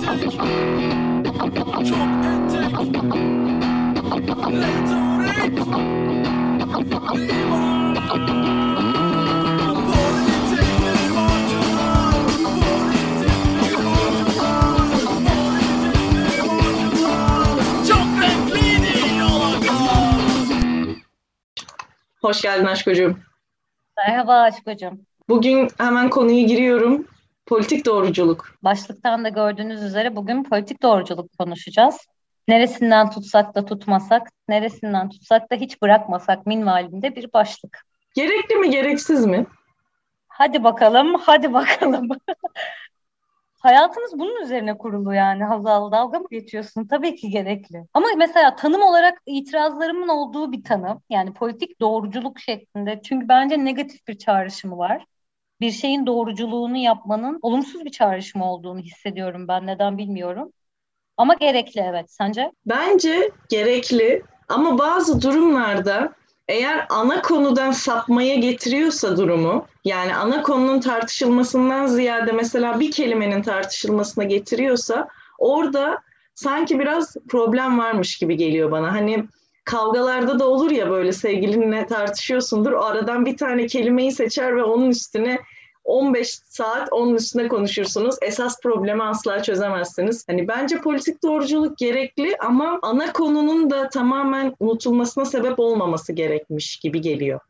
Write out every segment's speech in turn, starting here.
Hoş geldin Aşkocuğum. Merhaba Aşkocığım. Bugün hemen konuya giriyorum. Politik doğruculuk. Başlıktan da gördüğünüz üzere bugün politik doğruculuk konuşacağız. Neresinden tutsak da tutmasak, neresinden tutsak da hiç bırakmasak minvalinde bir başlık. Gerekli mi, gereksiz mi? Hadi bakalım, hadi bakalım. Hayatımız bunun üzerine kurulu yani. Hazal, dalga mı geçiyorsun? Tabii ki gerekli. Ama mesela tanım olarak itirazlarımın olduğu bir tanım. Yani politik doğruculuk şeklinde. Çünkü bence negatif bir çağrışımı var. Bir şeyin doğruculuğunu yapmanın olumsuz bir çağrışımı olduğunu hissediyorum ben. Neden bilmiyorum. Ama gerekli, evet. Sence? Bence gerekli ama bazı durumlarda eğer ana konudan sapmaya getiriyorsa durumu, yani ana konunun tartışılmasından ziyade mesela bir kelimenin tartışılmasına getiriyorsa orada sanki biraz problem varmış gibi geliyor bana. Hani kavgalarda da olur ya, böyle sevgilinle tartışıyorsundur, o aradan bir tane kelimeyi seçer ve onun üstüne 15 saat onun üstüne konuşursunuz. Esas problemi asla çözemezsiniz. Hani bence politik doğruculuk gerekli ama ana konunun da tamamen unutulmasına sebep olmaması gerekmiş gibi geliyor.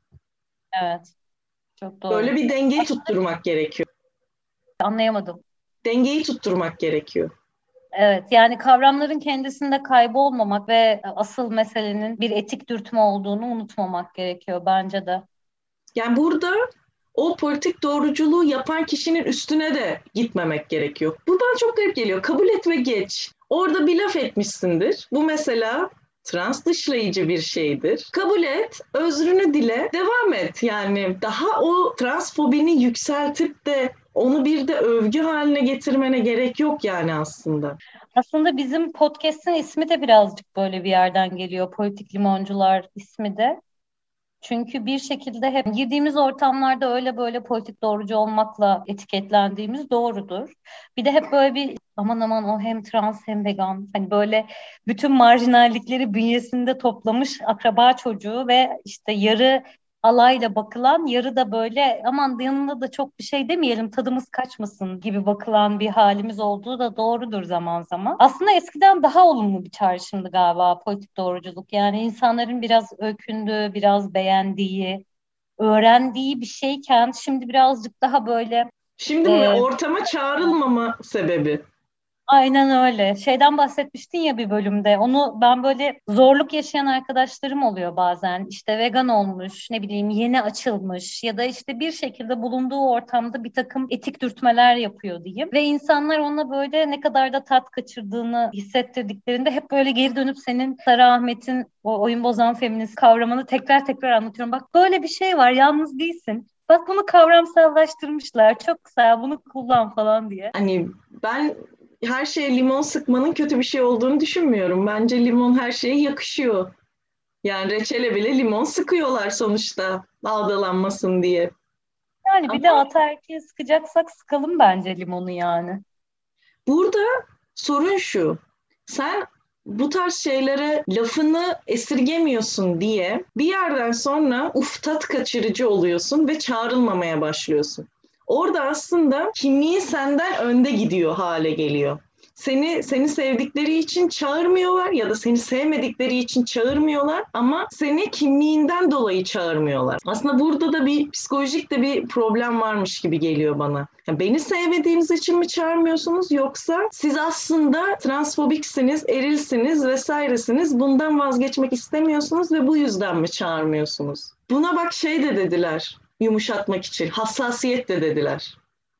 Evet. Çok Böyle doğru. bir dengeyi tutturmak gerekiyor. Anlayamadım. Dengeyi tutturmak gerekiyor. Evet, yani kavramların kendisinde kaybolmamak ve asıl meselenin bir etik dürtme olduğunu unutmamak gerekiyor bence de. Yani burada o politik doğruculuğu yapan kişinin üstüne de gitmemek gerekiyor. Bu bana çok garip geliyor. Kabul et ve geç. Orada bir laf etmişsindir. Bu mesela trans dışlayıcı bir şeydir. Kabul et, özrünü dile, devam et. Yani daha o transfobini yükseltip de onu bir de övgü haline getirmene gerek yok yani aslında. Aslında bizim podcast'in ismi de birazcık böyle bir yerden geliyor. Politik limoncular ismi de. Çünkü bir şekilde hep girdiğimiz ortamlarda öyle böyle politik doğrucu olmakla etiketlendiğimiz doğrudur. Bir de hep böyle bir aman aman o hem trans hem vegan, hani böyle bütün marjinallikleri bünyesinde toplamış akraba çocuğu ve işte yarı alayla bakılan, yarı da böyle aman yanında da çok bir şey demeyelim tadımız kaçmasın gibi bakılan bir halimiz olduğu da doğrudur zaman zaman. Aslında eskiden daha olumlu bir çağrışımdı galiba politik doğruculuk. Yani insanların biraz öykündüğü, biraz beğendiği, öğrendiği bir şeyken şimdi birazcık daha böyle Şimdi mi e, ortama çağrılmama sebebi? aynen öyle. Şeyden bahsetmiştin ya bir bölümde. Onu ben böyle zorluk yaşayan arkadaşlarım oluyor bazen. İşte vegan olmuş, ne bileyim yeni açılmış ya da işte bir şekilde bulunduğu ortamda bir takım etik dürtmeler yapıyor diyeyim. Ve insanlar ona böyle ne kadar da tat kaçırdığını hissettirdiklerinde hep böyle geri dönüp senin Sarah Ahmet'in o oyun bozan feminist kavramını tekrar tekrar anlatıyorum. Bak böyle bir şey var, yalnız değilsin. Bak bunu kavramsallaştırmışlar. Çok güzel, bunu kullan falan diye. Hani ben her şeye limon sıkmanın kötü bir şey olduğunu düşünmüyorum. Bence limon her şeye yakışıyor. Yani reçele bile limon sıkıyorlar sonuçta dalgalanmasın diye. Yani bir de Ama ataerkiye sıkacaksak sıkalım bence limonu yani. burada sorun şu. Sen bu tarz şeylere lafını esirgemiyorsun diye bir yerden sonra tat kaçırıcı oluyorsun ve çağrılmamaya başlıyorsun. Orada aslında kimliğin senden önde gidiyor hale geliyor. Seni sevdikleri için çağırmıyorlar ya da seni sevmedikleri için çağırmıyorlar ama seni kimliğinden dolayı çağırmıyorlar. Aslında burada da bir psikolojik de bir problem varmış gibi geliyor bana. Yani beni sevmediğiniz için mi çağırmıyorsunuz, yoksa siz aslında transfobiksiniz, erilsiniz vesairesiniz, bundan vazgeçmek istemiyorsunuz ve bu yüzden mi çağırmıyorsunuz? Buna bak şey de dediler, yumuşatmak için hassasiyet de dediler.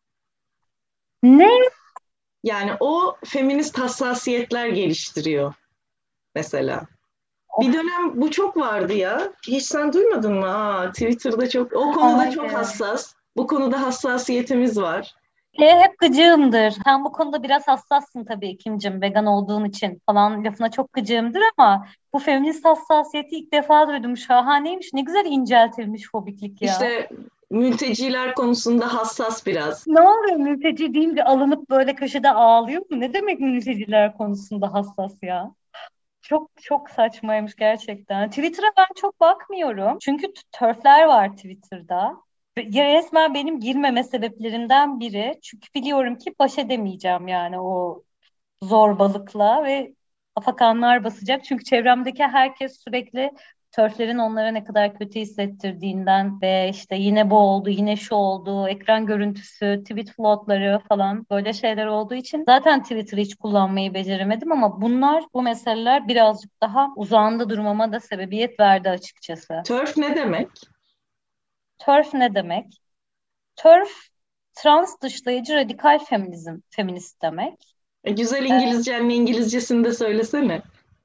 Ne? Yani o feminist hassasiyetler geliştiriyor mesela. Bir Of, dönem bu çok vardı ya. Hiç sen duymadın mı? Twitter'da çok, o konuda çok hayır. hassas. Bu konuda hassasiyetimiz var. Hep gıcığımdır. Sen bu konuda biraz hassassın tabii Kimcim, vegan olduğun için falan lafına çok gıcığımdır ama bu feminist hassasiyeti ilk defa duydum. Şahaneymiş. Ne güzel inceltilmiş fobiklik ya. İşte mülteciler konusunda hassas biraz. Ne oluyor mülteci deyince alınıp böyle köşede ağlıyor mu? Ne demek mülteciler konusunda hassas ya? Çok çok saçmaymış gerçekten. Twitter'a ben çok bakmıyorum. Çünkü törfler var Twitter'da. Ya resmen benim girmeme sebeplerimden biri. Çünkü biliyorum ki baş edemeyeceğim yani o zorbalıkla ve afakanlar basacak. Çünkü çevremdeki herkes sürekli törflerin onlara ne kadar kötü hissettirdiğinden ve işte yine bu oldu, yine şu oldu, ekran görüntüsü, tweet floodları falan böyle şeyler olduğu için zaten Twitter'ı hiç kullanmayı beceremedim ama bu meseleler birazcık daha uzağında durmama da sebebiyet verdi açıkçası. TERF ne demek? Törf ne demek? Törf trans dışlayıcı radikal feminist demek. Güzel İngilizcenle İngilizcesini de söylesene.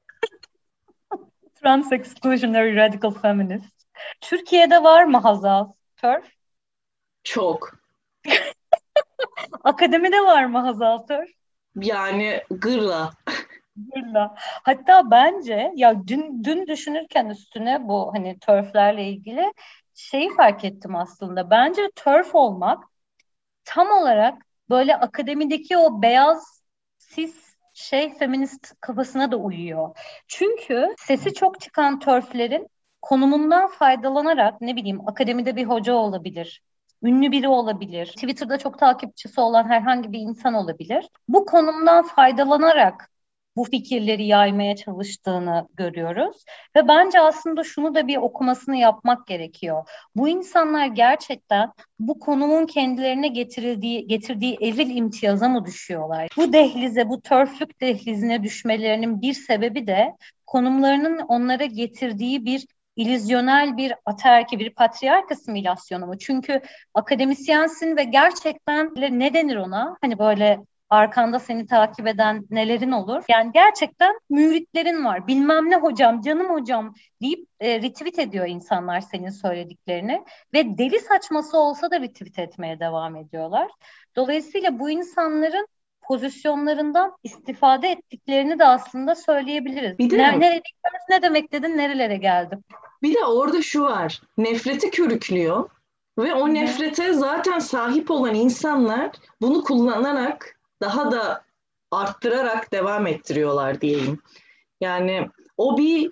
Trans exclusionary radical feminist. Türkiye'de var mı Hazal? Törf? Çok. Akademide var mı Hazal Törf? Yani gırla. Billah. Hatta bence ya dün düşünürken üstüne bu hani törflerle ilgili şeyi fark ettim aslında. Bence törf olmak tam olarak böyle akademideki o beyaz cis feminist kafasına da uyuyor. Çünkü sesi çok çıkan törflerin konumundan faydalanarak ne bileyim akademide bir hoca olabilir. Ünlü biri olabilir. Twitter'da çok takipçisi olan herhangi bir insan olabilir. Bu konumdan faydalanarak bu fikirleri yaymaya çalıştığını görüyoruz. Ve bence aslında şunu da bir okumasını yapmak gerekiyor. Bu insanlar gerçekten bu konumun kendilerine getirdiği eril imtiyaza mı düşüyorlar? Bu dehlize, bu törflük dehlizine düşmelerinin bir sebebi de konumlarının onlara getirdiği bir illüzyonel bir ataerki, bir patriark asimilasyonu mu? Çünkü akademisyensin ve gerçekten ne denir ona? Hani böyle arkanda seni takip eden nelerin olur? Yani gerçekten müritlerin var. Bilmem ne hocam, canım hocam deyip retweet ediyor insanlar senin söylediklerini. Ve deli saçması olsa da retweet etmeye devam ediyorlar. Dolayısıyla bu insanların pozisyonlarından istifade ettiklerini de aslında söyleyebiliriz. Bir de Ne demek dedin, nerelere geldim? bir de orada şu var. Nefreti körüklüyor ve o Hı hı. nefrete zaten sahip olan insanlar bunu kullanarak daha da arttırarak devam ettiriyorlar diyeyim. Yani o bir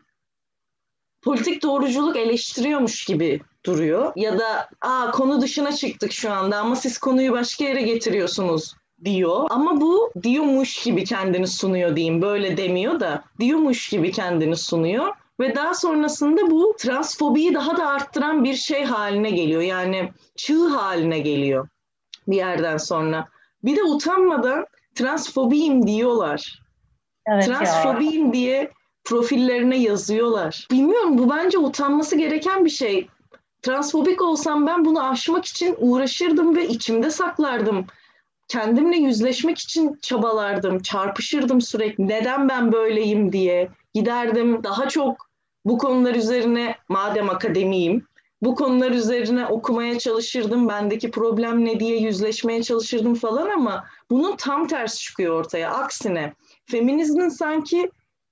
politik doğruculuk eleştiriyormuş gibi duruyor. Ya da konu dışına çıktık şu anda ama siz konuyu başka yere getiriyorsunuz diyor. Ama bu diyormuş gibi kendini sunuyor diyeyim. Böyle demiyor da diyormuş gibi kendini sunuyor. Ve daha sonrasında bu transfobiyi daha da arttıran bir şey haline geliyor. Yani çığ haline geliyor bir yerden sonra. Bir de utanmadan transfobiyim diyorlar. Evet ya. Transfobiyim diye profillerine yazıyorlar. Bilmiyorum, bu bence utanması gereken bir şey. Transfobik olsam ben bunu aşmak için uğraşırdım ve içimde saklardım. Kendimle yüzleşmek için çabalardım, çarpışırdım sürekli. Neden ben böyleyim diye. Giderdim daha çok bu konular üzerine, madem akademiyim, bu konular üzerine okumaya çalışırdım. Bendeki problem ne diye yüzleşmeye çalışırdım falan ama bunun tam tersi çıkıyor ortaya. Aksine feminizmin sanki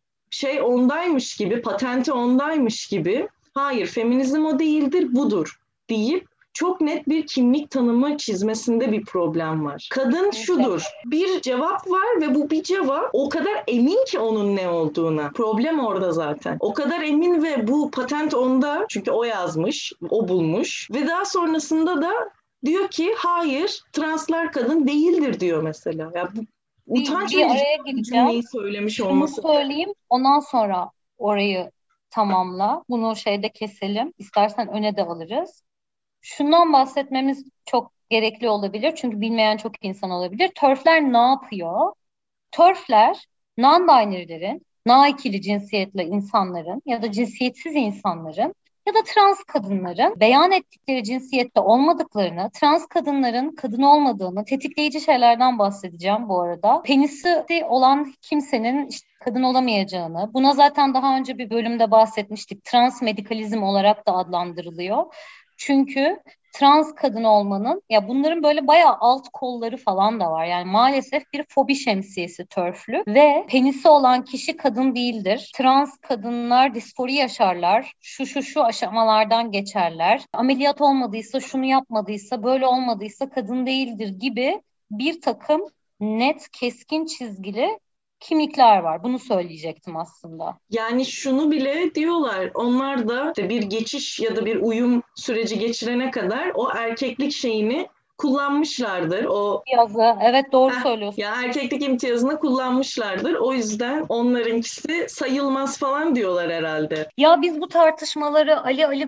ondaymış gibi, patenti ondaymış gibi, hayır feminizm o değildir, budur deyip çok net bir kimlik tanımı çizmesinde bir problem var. Kadın şudur, bir cevap var ve bu bir cevap o kadar emin ki onun ne olduğuna. Problem orada zaten. O kadar emin ve bu patent onda çünkü o yazmış, o bulmuş ve daha sonrasında da diyor ki hayır translar kadın değildir diyor mesela. Ya bu utanç Bir verici araya bir gireceğim. cümleyi söylemiş Şunu olması. söyleyeyim, ondan sonra orayı tamamla. Bunu keselim. İstersen öne de alırız. Şundan bahsetmemiz çok gerekli olabilir. Çünkü bilmeyen çok insan olabilir. Törfler ne yapıyor? Törfler, non-binary'lerin, na-ikili cinsiyetli insanların ya da cinsiyetsiz insanların ya da trans kadınların beyan ettikleri cinsiyette olmadıklarını, trans kadınların kadın olmadığını, tetikleyici şeylerden bahsedeceğim bu arada. Penisi olan kimsenin işte kadın olamayacağını, buna zaten daha önce bir bölümde bahsetmiştik. Trans medikalizm olarak da adlandırılıyor. Çünkü trans kadın olmanın, ya bunların böyle bayağı alt kolları falan da var. Yani maalesef bir fobi şemsiyesi törflü ve penisi olan kişi kadın değildir. Trans kadınlar disfori yaşarlar. Şu aşamalardan geçerler. Ameliyat olmadıysa, şunu yapmadıysa, böyle olmadıysa kadın değildir gibi bir takım net, keskin çizgili kimlikler var. Bunu söyleyecektim aslında. Yani şunu bile diyorlar, onlar da işte bir geçiş ya da bir uyum süreci geçirene kadar o erkeklik şeyini kullanmışlardır. O Yazı. Evet, doğru söylüyorsun. ya erkeklik imtiyazını kullanmışlardır. O yüzden onlarınkisi sayılmaz falan diyorlar herhalde. Ya biz bu tartışmaları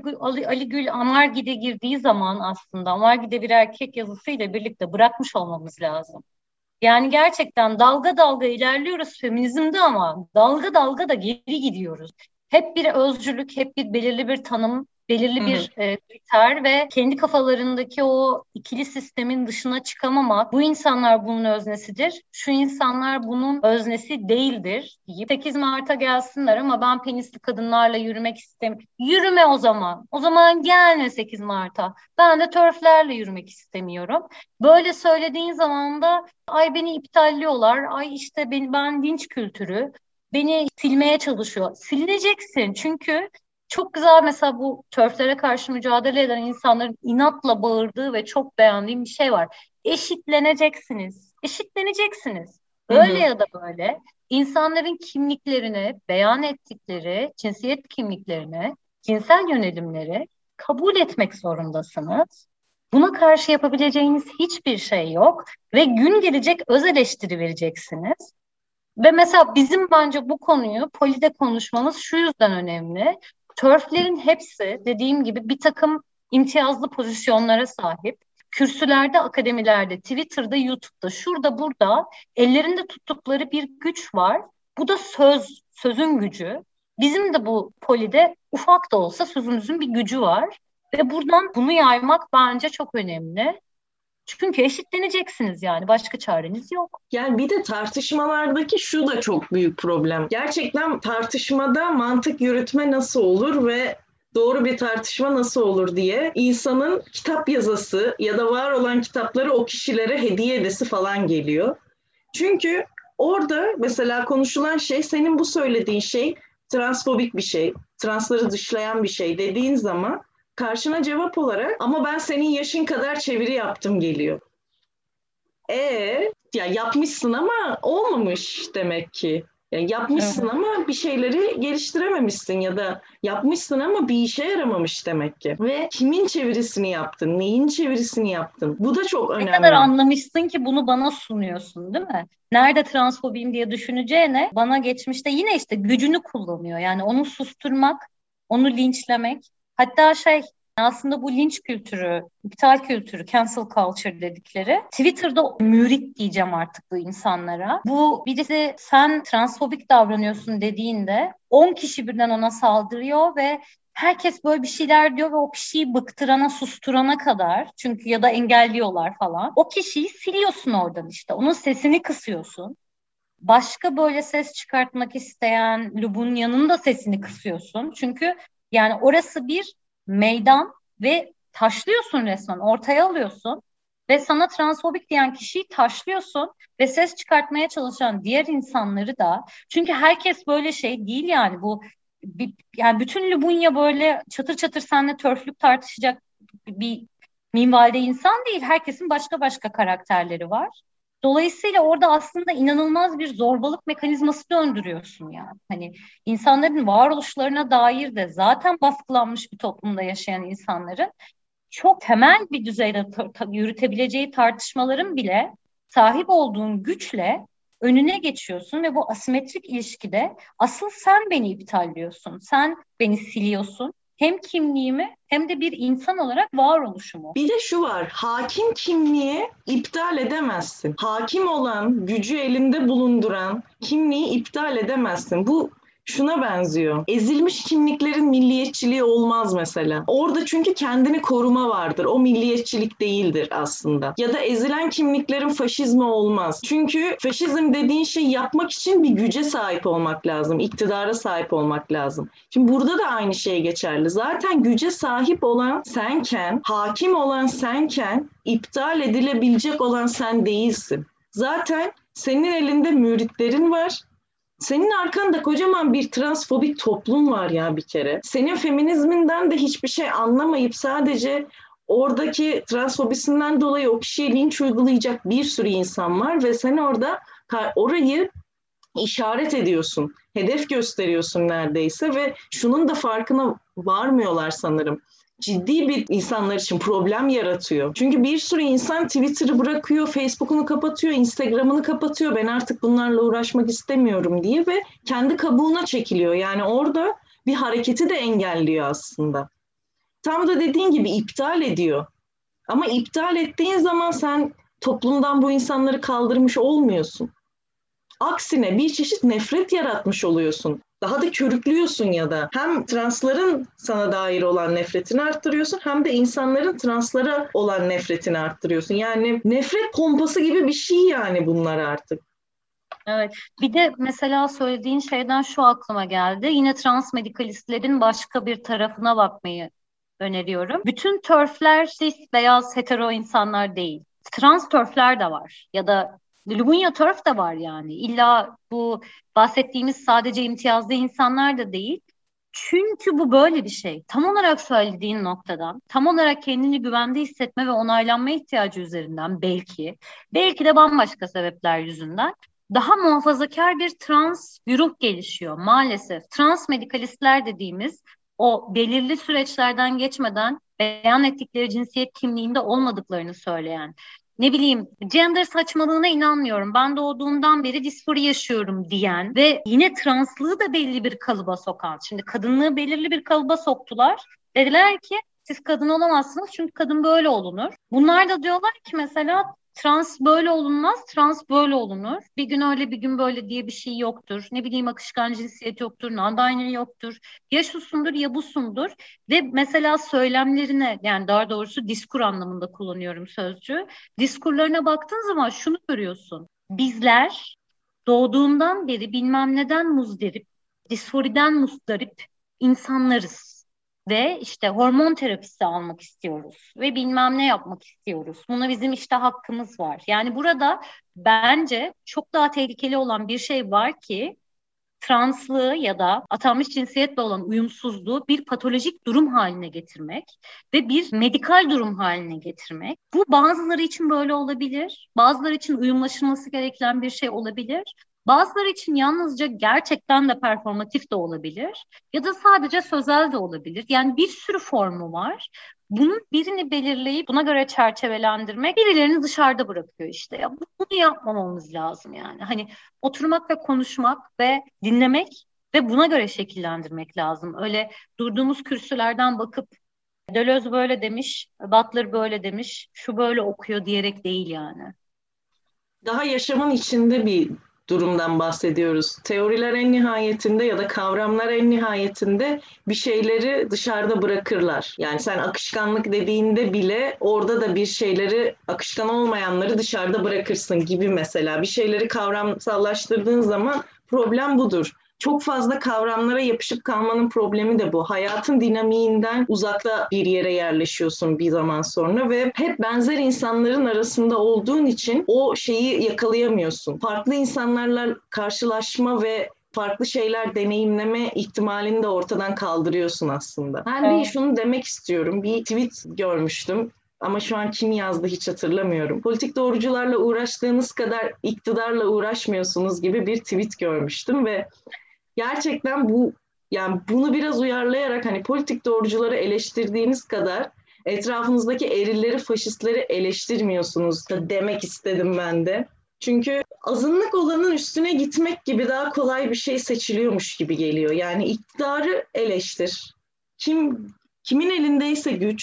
Ali Gül Amargide girdiği zaman aslında Amargide bir erkek yazısıyla birlikte bırakmış olmamız lazım. Yani gerçekten dalga dalga ilerliyoruz feminizmde ama dalga dalga da geri gidiyoruz. Hep bir özcülük, hep bir belirli bir tanım, Hı belirli hı. bir kriter ve kendi kafalarındaki o ikili sistemin dışına çıkamamak. Bu insanlar bunun öznesidir, şu insanlar bunun öznesi değildir deyip 8 Mart'a gelsinler ama ben penisli kadınlarla yürümek istemiyorum. Yürüme o zaman. O zaman gelme 8 Mart'a. Ben de törflerle yürümek istemiyorum. Böyle söylediğin zaman da ay beni iptalliyorlar, ay işte ben linç kültürü, beni silmeye çalışıyor. Silineceksin çünkü çok güzel mesela bu törflere karşı mücadele eden insanların inatla bağırdığı ve çok beğendiğim bir şey var. Eşitleneceksiniz, eşitleneceksiniz. Hı Öyle hı. ya da böyle insanların kimliklerini, beyan ettikleri cinsiyet kimliklerini, cinsel yönelimleri kabul etmek zorundasınız. Buna karşı yapabileceğiniz hiçbir şey yok ve gün gelecek öz eleştiri vereceksiniz. Ve mesela bizim bence bu konuyu Poli'de konuşmamız şu yüzden önemli. Törflerin hepsi dediğim gibi bir takım imtiyazlı pozisyonlara sahip. Kürsülerde, akademilerde, Twitter'da, YouTube'da, şurada, burada ellerinde tuttukları bir güç var. Bu da sözün gücü. Bizim de bu Poli'de ufak da olsa sözümüzün bir gücü var. Ve buradan bunu yaymak bence çok önemli. Çünkü eşitleneceksiniz yani başka çareniz yok. Yani bir de tartışmalardaki şu da çok büyük problem. Gerçekten tartışmada mantık yürütme nasıl olur ve doğru bir tartışma nasıl olur diye insanın kitap yazası ya da var olan kitapları o kişilere hediye edesi falan geliyor. Çünkü orada mesela konuşulan şey, senin bu söylediğin şey transfobik bir şey, transları dışlayan bir şey dediğin zaman karşına cevap olarak ama ben senin yaşın kadar çeviri yaptım geliyor. Ya yapmışsın ama olmamış demek ki. Ya yapmışsın Evet. ama bir şeyleri geliştirememişsin ya da yapmışsın ama bir işe yaramamış demek ki. Ve kimin çevirisini yaptın, neyin çevirisini yaptın? Bu da çok Ne kadar önemli. anlamışsın ki bunu bana sunuyorsun, değil mi? Nerede transfobiyim diye düşüneceğine bana geçmişte yine işte gücünü kullanıyor. Yani onu susturmak, onu linçlemek. Hatta aslında bu linç kültürü, iptal kültürü, cancel culture dedikleri Twitter'da mürit diyeceğim artık bu insanlara. Bu birisi sen transfobik davranıyorsun dediğinde 10 kişi birden ona saldırıyor ve herkes böyle bir şeyler diyor ve o kişiyi bıktırana, susturana kadar çünkü ya da engelliyorlar falan. O kişiyi siliyorsun oradan işte. Onun sesini kısıyorsun. Başka böyle ses çıkartmak isteyen Lubunya'nın da sesini kısıyorsun. Çünkü yani orası bir meydan ve taşlıyorsun resmen, ortaya alıyorsun. Ve sana transfobik diyen kişiyi taşlıyorsun ve ses çıkartmaya çalışan diğer insanları da. Çünkü herkes böyle şey değil yani yani bütün Lubunya böyle çatır çatır seninle törflük tartışacak bir minvalde insan değil. Herkesin başka başka karakterleri var. Dolayısıyla orada aslında inanılmaz bir zorbalık mekanizması döndürüyorsun yani. Hani insanların varoluşlarına dair de zaten baskılanmış bir toplumda yaşayan insanların çok temel bir düzeyde yürütebileceği tartışmaların bile sahip olduğun güçle önüne geçiyorsun ve bu asimetrik ilişkide asıl sen beni iptalliyorsun. Sen beni siliyorsun. Hem kimliğimi hem de bir insan olarak varoluşumu. Bir de şu var, hakim kimliği iptal edemezsin. Hakim olan, gücü elinde bulunduran kimliği iptal edemezsin. Bu şuna benziyor. Ezilmiş kimliklerin milliyetçiliği olmaz mesela. Orada çünkü kendini koruma vardır. O milliyetçilik değildir aslında. Ya da ezilen kimliklerin faşizmi olmaz. Çünkü faşizm dediğin şeyi yapmak için bir güce sahip olmak lazım. İktidara sahip olmak lazım. Şimdi burada da aynı şey geçerli. Zaten güce sahip olan senken, hakim olan senken, iptal edilebilecek olan sen değilsin. Zaten senin elinde müritlerin var. Senin arkanda kocaman bir transfobik toplum var ya bir kere. Senin feminizminden de hiçbir şey anlamayıp sadece oradaki transfobisinden dolayı o kişiye linç uygulayacak bir sürü insan var ve sen orada orayı işaret ediyorsun, hedef gösteriyorsun neredeyse ve şunun da farkına varmıyorlar sanırım. Ciddi bir insanlar için problem yaratıyor. Çünkü bir sürü insan Twitter'ı bırakıyor, Facebook'unu kapatıyor, Instagram'ını kapatıyor. Ben artık bunlarla uğraşmak istemiyorum diye ve kendi kabuğuna çekiliyor. Yani orada bir hareketi de engelliyor aslında. Tam da dediğin gibi iptal ediyor. Ama iptal ettiğin zaman sen toplumdan bu insanları kaldırmış olmuyorsun. Aksine bir çeşit nefret yaratmış oluyorsun. Daha da körüklüyorsun ya da hem transların sana dair olan nefretini arttırıyorsun hem de insanların translara olan nefretini arttırıyorsun. Yani nefret pompası gibi bir şey yani bunlar artık. Evet. Bir de mesela söylediğin şeyden şu aklıma geldi. Yine trans medikalistlerin başka bir tarafına bakmayı öneriyorum. Bütün TERF'ler cis, beyaz, hetero insanlar değil. Trans TERF'ler de var. Ya da Lubunya TERF de var yani. İlla bu bahsettiğimiz sadece imtiyazlı insanlar da değil. Çünkü bu böyle bir şey. Tam olarak söylediğin noktadan, tam olarak kendini güvende hissetme ve onaylanma ihtiyacı üzerinden belki de bambaşka sebepler yüzünden daha muhafazakar bir trans güruh gelişiyor maalesef. Trans medikalistler dediğimiz o belirli süreçlerden geçmeden beyan ettikleri cinsiyet kimliğinde olmadıklarını söyleyen, ne bileyim gender saçmalığına inanmıyorum, ben doğduğumdan beri disfori yaşıyorum diyen ve yine translığı da belli bir kalıba sokan. Şimdi kadınlığı belirli bir kalıba soktular. Dediler ki siz kadın olamazsınız çünkü kadın böyle olunur. Bunlar da diyorlar ki mesela trans böyle olunmaz, trans böyle olunur. Bir gün öyle bir gün böyle diye bir şey yoktur. Ne bileyim akışkan cinsiyet yoktur, non-binary yoktur. Ya şusundur ya busundur. Ve mesela söylemlerine, yani daha doğrusu diskur anlamında kullanıyorum sözcüğü. Diskurlarına baktığın zaman şunu görüyorsun. Bizler doğduğundan beri bilmem neden muzdarip, disforiden muzdarip insanlarız. Ve işte hormon terapisi almak istiyoruz ve bilmem ne yapmak istiyoruz. Buna bizim işte hakkımız var. Yani burada bence çok daha tehlikeli olan bir şey var ki translığı ya da atanmış cinsiyetle olan uyumsuzluğu bir patolojik durum haline getirmek ve bir medikal durum haline getirmek. Bu bazıları için böyle olabilir, bazıları için uyumlaşılması gereken bir şey olabilir. Bazıları için yalnızca gerçekten de performatif de olabilir ya da sadece sözel de olabilir. Yani bir sürü formu var. Bunun birini belirleyip buna göre çerçevelendirmek birilerini dışarıda bırakıyor işte. Ya bunu yapmamamız lazım yani. Hani oturmak ve konuşmak ve dinlemek ve buna göre şekillendirmek lazım. Öyle durduğumuz kürsülerden bakıp Deleuze böyle demiş, Butler böyle demiş, şu böyle okuyor diyerek değil yani. Daha yaşamın içinde bir durumdan bahsediyoruz. Teoriler en nihayetinde ya da kavramlar en nihayetinde bir şeyleri dışarıda bırakırlar. Yani sen akışkanlık dediğinde bile orada da bir şeyleri, akışkan olmayanları dışarıda bırakırsın gibi mesela. Bir şeyleri kavramsallaştırdığın zaman problem budur. Çok fazla kavramlara yapışıp kalmanın problemi de bu. Hayatın dinamiğinden uzakta bir yere yerleşiyorsun bir zaman sonra ve hep benzer insanların arasında olduğun için o şeyi yakalayamıyorsun. Farklı insanlarla karşılaşma ve farklı şeyler deneyimleme ihtimalini de ortadan kaldırıyorsun aslında. Ben bir şunu demek istiyorum. Bir tweet görmüştüm. Ama şu an kim yazdı hiç hatırlamıyorum. Politik doğrucularla uğraştığınız kadar iktidarla uğraşmıyorsunuz gibi bir tweet görmüştüm ve gerçekten yani bunu biraz uyarlayarak hani politik doğrucuları eleştirdiğiniz kadar etrafınızdaki erilleri, faşistleri eleştirmiyorsunuz da demek istedim ben de. Çünkü azınlık olanın üstüne gitmek gibi daha kolay bir şey seçiliyormuş gibi geliyor. Yani iktidarı eleştir. Kimin elindeyse güç,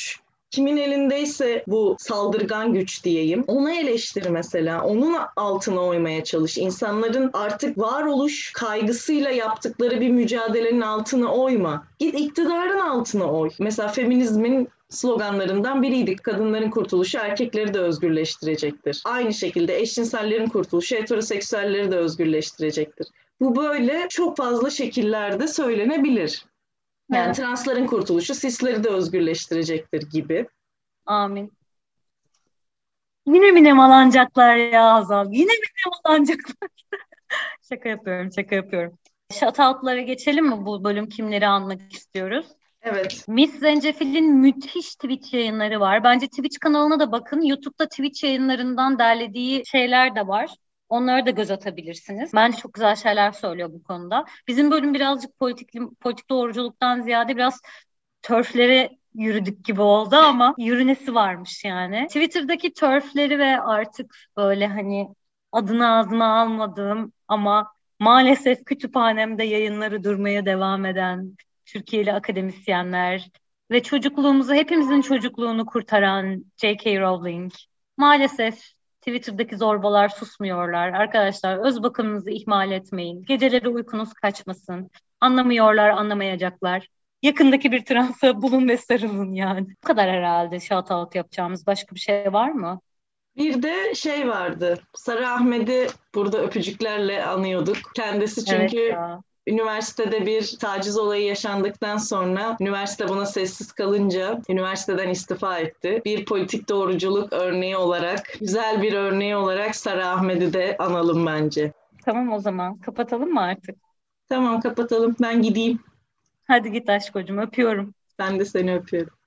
Kimin elindeyse bu saldırgan güç diyeyim, onu eleştir mesela. Onun altına oymaya çalış. İnsanların artık varoluş kaygısıyla yaptıkları bir mücadelenin altına oyma. Git iktidarın altına oy. Mesela feminizmin sloganlarından biriydi. Kadınların kurtuluşu erkekleri de özgürleştirecektir. Aynı şekilde eşcinsellerin kurtuluşu heteroseksüelleri de özgürleştirecektir. Bu böyle çok fazla şekillerde söylenebilir. Yani Evet. transların kurtuluşu sisleri de özgürleştirecektir gibi. Amin. Yine mi nemalanacaklar ya Hazal? Yine mi nemalanacaklar? Şaka yapıyorum, şaka yapıyorum. Shoutout'lara geçelim mi? Bu bölüm kimleri anmak istiyoruz? Evet. Miss Zencefil'in müthiş Twitch yayınları var. Bence Twitch kanalına da bakın. YouTube'da Twitch yayınlarından derlediği şeyler de var. Onlara da göz atabilirsiniz. Bence çok güzel şeyler söylüyor bu konuda. Bizim bölüm birazcık politik doğruculuktan ziyade biraz törflere yürüdük gibi oldu ama yürünesi varmış yani. Twitter'daki törfleri ve artık böyle hani adını ağzıma almadığım ama maalesef kütüphanemde yayınları durmaya devam eden Türkiye'li akademisyenler ve çocukluğumuzu, hepimizin çocukluğunu kurtaran J.K. Rowling. Maalesef Twitter'daki zorbalar susmuyorlar. Arkadaşlar öz bakımınızı ihmal etmeyin. Geceleri uykunuz kaçmasın. Anlamıyorlar, anlamayacaklar. Yakındaki bir transa bulun ve sarılın yani. Bu kadar herhalde shout out yapacağımız. Başka bir şey var mı? Bir de şey vardı. Sarı Ahmet'i burada öpücüklerle anıyorduk. Kendisi Evet çünkü ya. üniversitede bir taciz olayı yaşandıktan sonra üniversite buna sessiz kalınca üniversiteden istifa etti. Bir politik doğruculuk örneği olarak, güzel bir örneği olarak Sarı Ahmet'i de analım bence. Tamam o zaman. Kapatalım mı artık? Tamam kapatalım. Ben gideyim. Hadi git aşkocuğum. Öpüyorum. Ben de seni öpüyorum.